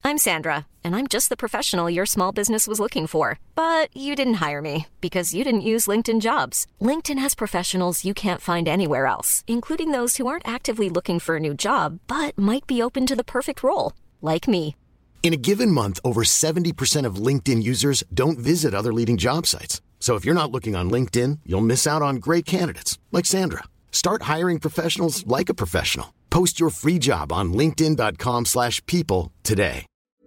I'm Sandra, and I'm just the professional your small business was looking for. But you didn't hire me because you didn't use LinkedIn Jobs. LinkedIn has professionals you can't find anywhere else, including those who aren't actively looking for a new job, but might be open to the perfect role, like me. In a given month, over 70% of LinkedIn users don't visit other leading job sites. So if you're not looking on LinkedIn, you'll miss out on great candidates like Sandra. Start hiring professionals like a professional. Post your free job on linkedin.com/people today.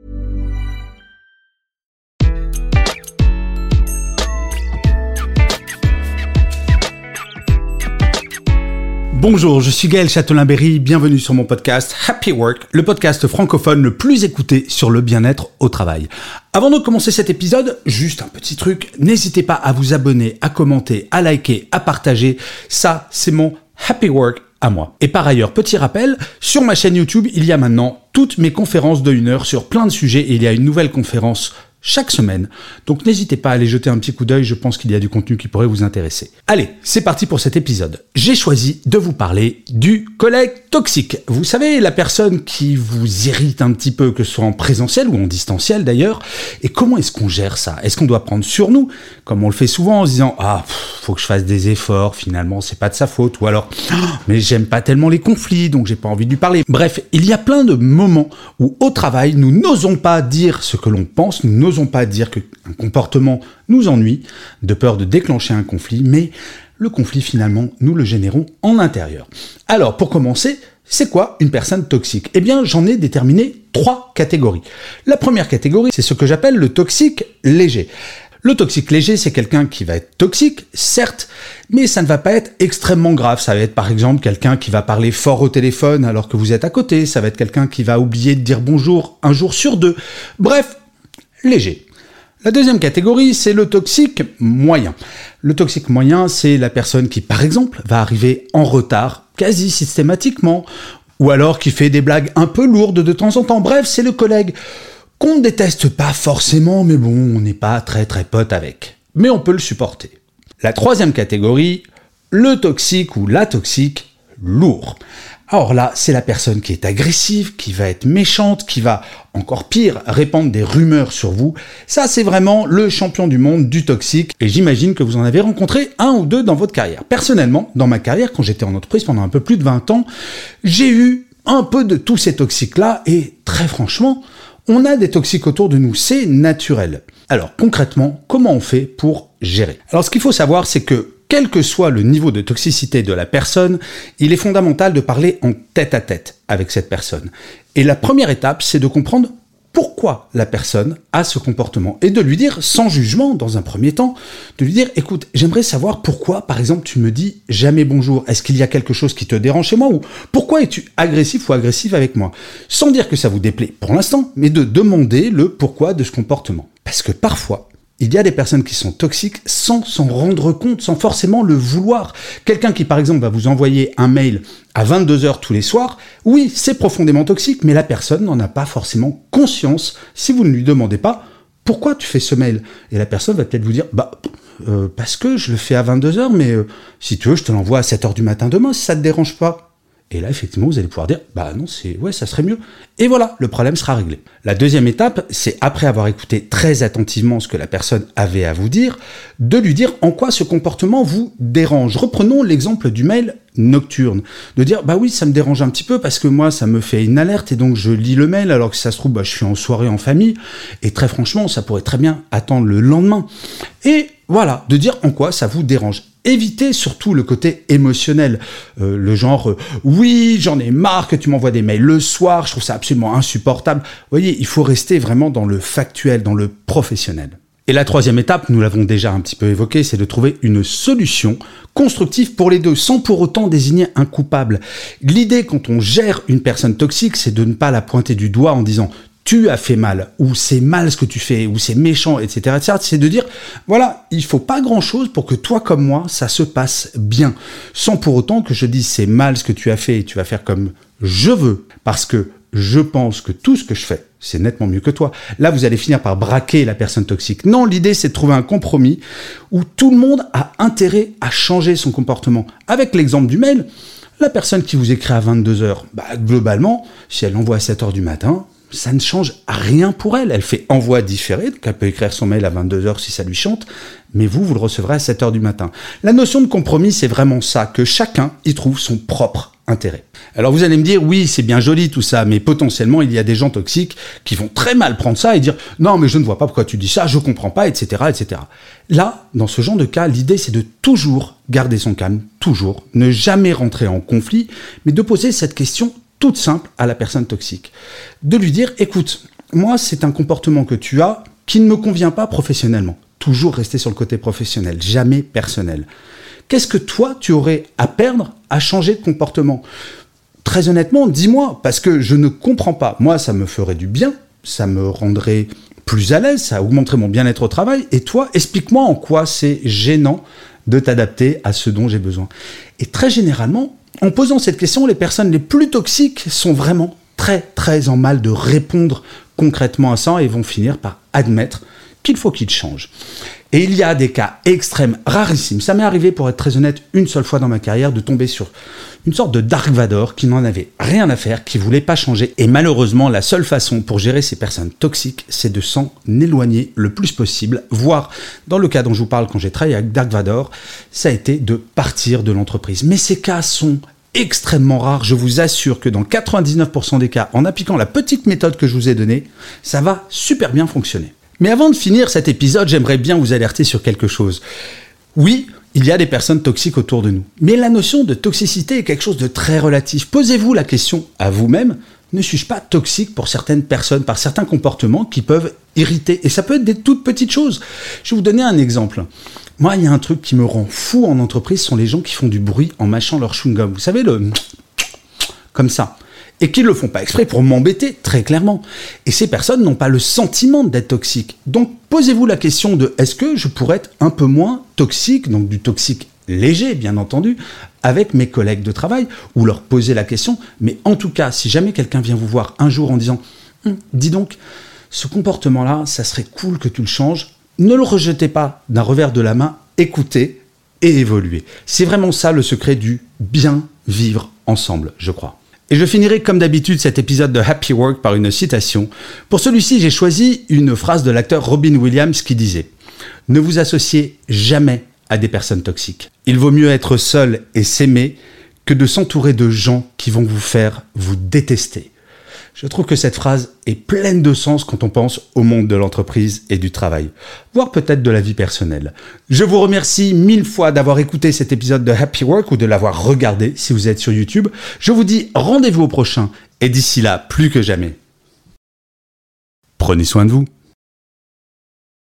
Bonjour, je suis Gaël Châtelain-Berry, bienvenue sur mon podcast Happy Work, le podcast francophone le plus écouté sur le bien-être au travail. Avant de commencer cet épisode, juste un petit truc, n'hésitez pas à vous abonner, à commenter, à liker, à partager, ça c'est mon Happy Work à moi. Et par ailleurs, petit rappel, sur ma chaîne YouTube, il y a maintenant toutes mes conférences de 1 heure sur plein de sujets et il y a une nouvelle conférence chaque semaine. Donc n'hésitez pas à aller jeter un petit coup d'œil, je pense qu'il y a du contenu qui pourrait vous intéresser. Allez, c'est parti pour cet épisode. J'ai choisi de vous parler du collègue toxique. Vous savez, la personne qui vous irrite un petit peu, que ce soit en présentiel ou en distanciel d'ailleurs. Et comment est-ce qu'on gère ça ? Est-ce qu'on doit prendre sur nous, comme on le fait souvent en se disant « Ah, faut que je fasse des efforts, finalement c'est pas de sa faute » ou alors « Mais j'aime pas tellement les conflits, donc j'ai pas envie de lui parler ». Bref, il y a plein de moments où au travail, nous n'osons pas dire ce que l'on pense, nous n'osons pas dire qu'un comportement nous ennuie, de peur de déclencher un conflit, mais le conflit finalement, nous le générons en intérieur. Alors pour commencer, c'est quoi une personne toxique ? Eh bien, j'en ai déterminé 3 catégories. La première catégorie, c'est ce que j'appelle le toxique léger. Le toxique léger, c'est quelqu'un qui va être toxique, certes, mais ça ne va pas être extrêmement grave. Ça va être par exemple quelqu'un qui va parler fort au téléphone alors que vous êtes à côté. Ça va être quelqu'un qui va oublier de dire bonjour un jour sur 2. Bref, léger. La deuxième catégorie, c'est le toxique moyen. Le toxique moyen, c'est la personne qui, par exemple, va arriver en retard quasi systématiquement, ou alors qui fait des blagues un peu lourdes de temps en temps. Bref, c'est le collègue qu'on ne déteste pas forcément, mais bon, on n'est pas très pote avec. Mais on peut le supporter. La troisième catégorie, le toxique ou la toxique lourd. Alors là, c'est la personne qui est agressive, qui va être méchante, qui va, encore pire, répandre des rumeurs sur vous. Ça, c'est vraiment le champion du monde du toxique. Et j'imagine que vous en avez rencontré 1 ou 2 dans votre carrière. Personnellement, dans ma carrière, quand j'étais en entreprise pendant un peu plus de 20 ans, j'ai eu un peu de tous ces toxiques-là. Et très franchement, on a des toxiques autour de nous. C'est naturel. Alors, concrètement, comment on fait pour gérer ? Alors, ce qu'il faut savoir, c'est que quel que soit le niveau de toxicité de la personne, il est fondamental de parler en tête-à-tête avec cette personne. Et la première étape, c'est de comprendre pourquoi la personne a ce comportement et de lui dire, sans jugement, dans un premier temps, de lui dire « Écoute, j'aimerais savoir pourquoi, par exemple, tu me dis jamais bonjour. Est-ce qu'il y a quelque chose qui te dérange chez moi ou pourquoi es-tu agressif ou agressive avec moi ?» Sans dire que ça vous déplaît pour l'instant, mais de demander le pourquoi de ce comportement. Parce que parfois, il y a des personnes qui sont toxiques sans s'en rendre compte, sans forcément le vouloir. Quelqu'un qui, par exemple, va vous envoyer un mail à 22h tous les soirs, oui, c'est profondément toxique, mais la personne n'en a pas forcément conscience si vous ne lui demandez pas « Pourquoi tu fais ce mail ?» Et la personne va peut-être vous dire « Parce que je le fais à 22h, mais si tu veux, je te l'envoie à 7h du matin demain, si ça ne te dérange pas. » Et là, effectivement, vous allez pouvoir dire, non, ça serait mieux. Et voilà, le problème sera réglé. La deuxième étape, c'est après avoir écouté très attentivement ce que la personne avait à vous dire, de lui dire en quoi ce comportement vous dérange. Reprenons l'exemple du mail nocturne. De dire, oui, ça me dérange un petit peu parce que moi, ça me fait une alerte et donc je lis le mail alors que ça se trouve, je suis en soirée en famille et très franchement, ça pourrait très bien attendre le lendemain. Et voilà, de dire en quoi ça vous dérange. Évitez surtout le côté émotionnel, le genre oui, j'en ai marre que tu m'envoies des mails le soir, je trouve ça absolument insupportable. Vous voyez, il faut rester vraiment dans le factuel, dans le professionnel. Et la troisième étape, nous l'avons déjà un petit peu évoqué, c'est de trouver une solution constructive pour les deux, sans pour autant désigner un coupable. L'idée quand on gère une personne toxique, c'est de ne pas la pointer du doigt en disant tu as fait mal, ou c'est mal ce que tu fais, ou c'est méchant, etc., etc. C'est de dire, voilà, il faut pas grand-chose pour que toi comme moi, ça se passe bien. Sans pour autant que je dise c'est mal ce que tu as fait et tu vas faire comme je veux, parce que je pense que tout ce que je fais, c'est nettement mieux que toi. Là, vous allez finir par braquer la personne toxique. Non, l'idée, c'est de trouver un compromis où tout le monde a intérêt à changer son comportement. Avec l'exemple du mail, la personne qui vous écrit à 22h, globalement, si elle l'envoie à 7h du matin, ça ne change rien pour elle. Elle fait envoi différé, donc elle peut écrire son mail à 22h si ça lui chante, mais vous le recevrez à 7h du matin. La notion de compromis, c'est vraiment ça, que chacun y trouve son propre intérêt. Alors vous allez me dire, oui, c'est bien joli tout ça, mais potentiellement, il y a des gens toxiques qui vont très mal prendre ça et dire « Non, mais je ne vois pas pourquoi tu dis ça, je comprends pas, etc. etc. » Là, dans ce genre de cas, l'idée, c'est de toujours garder son calme, toujours, ne jamais rentrer en conflit, mais de poser cette question toute simple à la personne toxique. De lui dire, écoute, moi, c'est un comportement que tu as qui ne me convient pas professionnellement. Toujours rester sur le côté professionnel, jamais personnel. Qu'est-ce que toi, tu aurais à perdre à changer de comportement ? Très honnêtement, dis-moi, parce que je ne comprends pas. Moi, ça me ferait du bien, ça me rendrait plus à l'aise, ça augmenterait mon bien-être au travail. Et toi, explique-moi en quoi c'est gênant de t'adapter à ce dont j'ai besoin. Et très généralement, en posant cette question, les personnes les plus toxiques sont vraiment très en mal de répondre concrètement à ça et vont finir par admettre qu'il faut qu'ils changent. Et il y a des cas extrêmes, rarissimes. Ça m'est arrivé, pour être très honnête, une seule fois dans ma carrière, de tomber sur une sorte de Dark Vador qui n'en avait rien à faire, qui voulait pas changer. Et malheureusement, la seule façon pour gérer ces personnes toxiques, c'est de s'en éloigner le plus possible, voire, dans le cas dont je vous parle quand j'ai travaillé avec Dark Vador, ça a été de partir de l'entreprise. Mais ces cas sont extrêmement rares. Je vous assure que dans 99% des cas, en appliquant la petite méthode que je vous ai donnée, ça va super bien fonctionner. Mais avant de finir cet épisode, j'aimerais bien vous alerter sur quelque chose. Oui, il y a des personnes toxiques autour de nous. Mais la notion de toxicité est quelque chose de très relatif. Posez-vous la question à vous-même, ne suis-je pas toxique pour certaines personnes, par certains comportements qui peuvent irriter ? Et ça peut être des toutes petites choses. Je vais vous donner un exemple. Moi, il y a un truc qui me rend fou en entreprise, ce sont les gens qui font du bruit en mâchant leur chewing-gum. Vous savez, comme ça. Et qui ne le font pas exprès pour m'embêter, très clairement. Et ces personnes n'ont pas le sentiment d'être toxiques. Donc, posez-vous la question de, est-ce que je pourrais être un peu moins toxique, donc du toxique léger, bien entendu, avec mes collègues de travail, ou leur poser la question. Mais en tout cas, si jamais quelqu'un vient vous voir un jour en disant, dis donc, ce comportement-là, ça serait cool que tu le changes, ne le rejetez pas d'un revers de la main, écoutez et évoluez. C'est vraiment ça le secret du bien vivre ensemble, je crois. Et je finirai comme d'habitude cet épisode de Happy Work par une citation. Pour celui-ci, j'ai choisi une phrase de l'acteur Robin Williams qui disait « Ne vous associez jamais à des personnes toxiques. Il vaut mieux être seul et s'aimer que de s'entourer de gens qui vont vous faire vous détester. » Je trouve que cette phrase est pleine de sens quand on pense au monde de l'entreprise et du travail, voire peut-être de la vie personnelle. Je vous remercie 1000 fois d'avoir écouté cet épisode de Happy Work ou de l'avoir regardé si vous êtes sur YouTube. Je vous dis rendez-vous au prochain et d'ici là, plus que jamais, prenez soin de vous.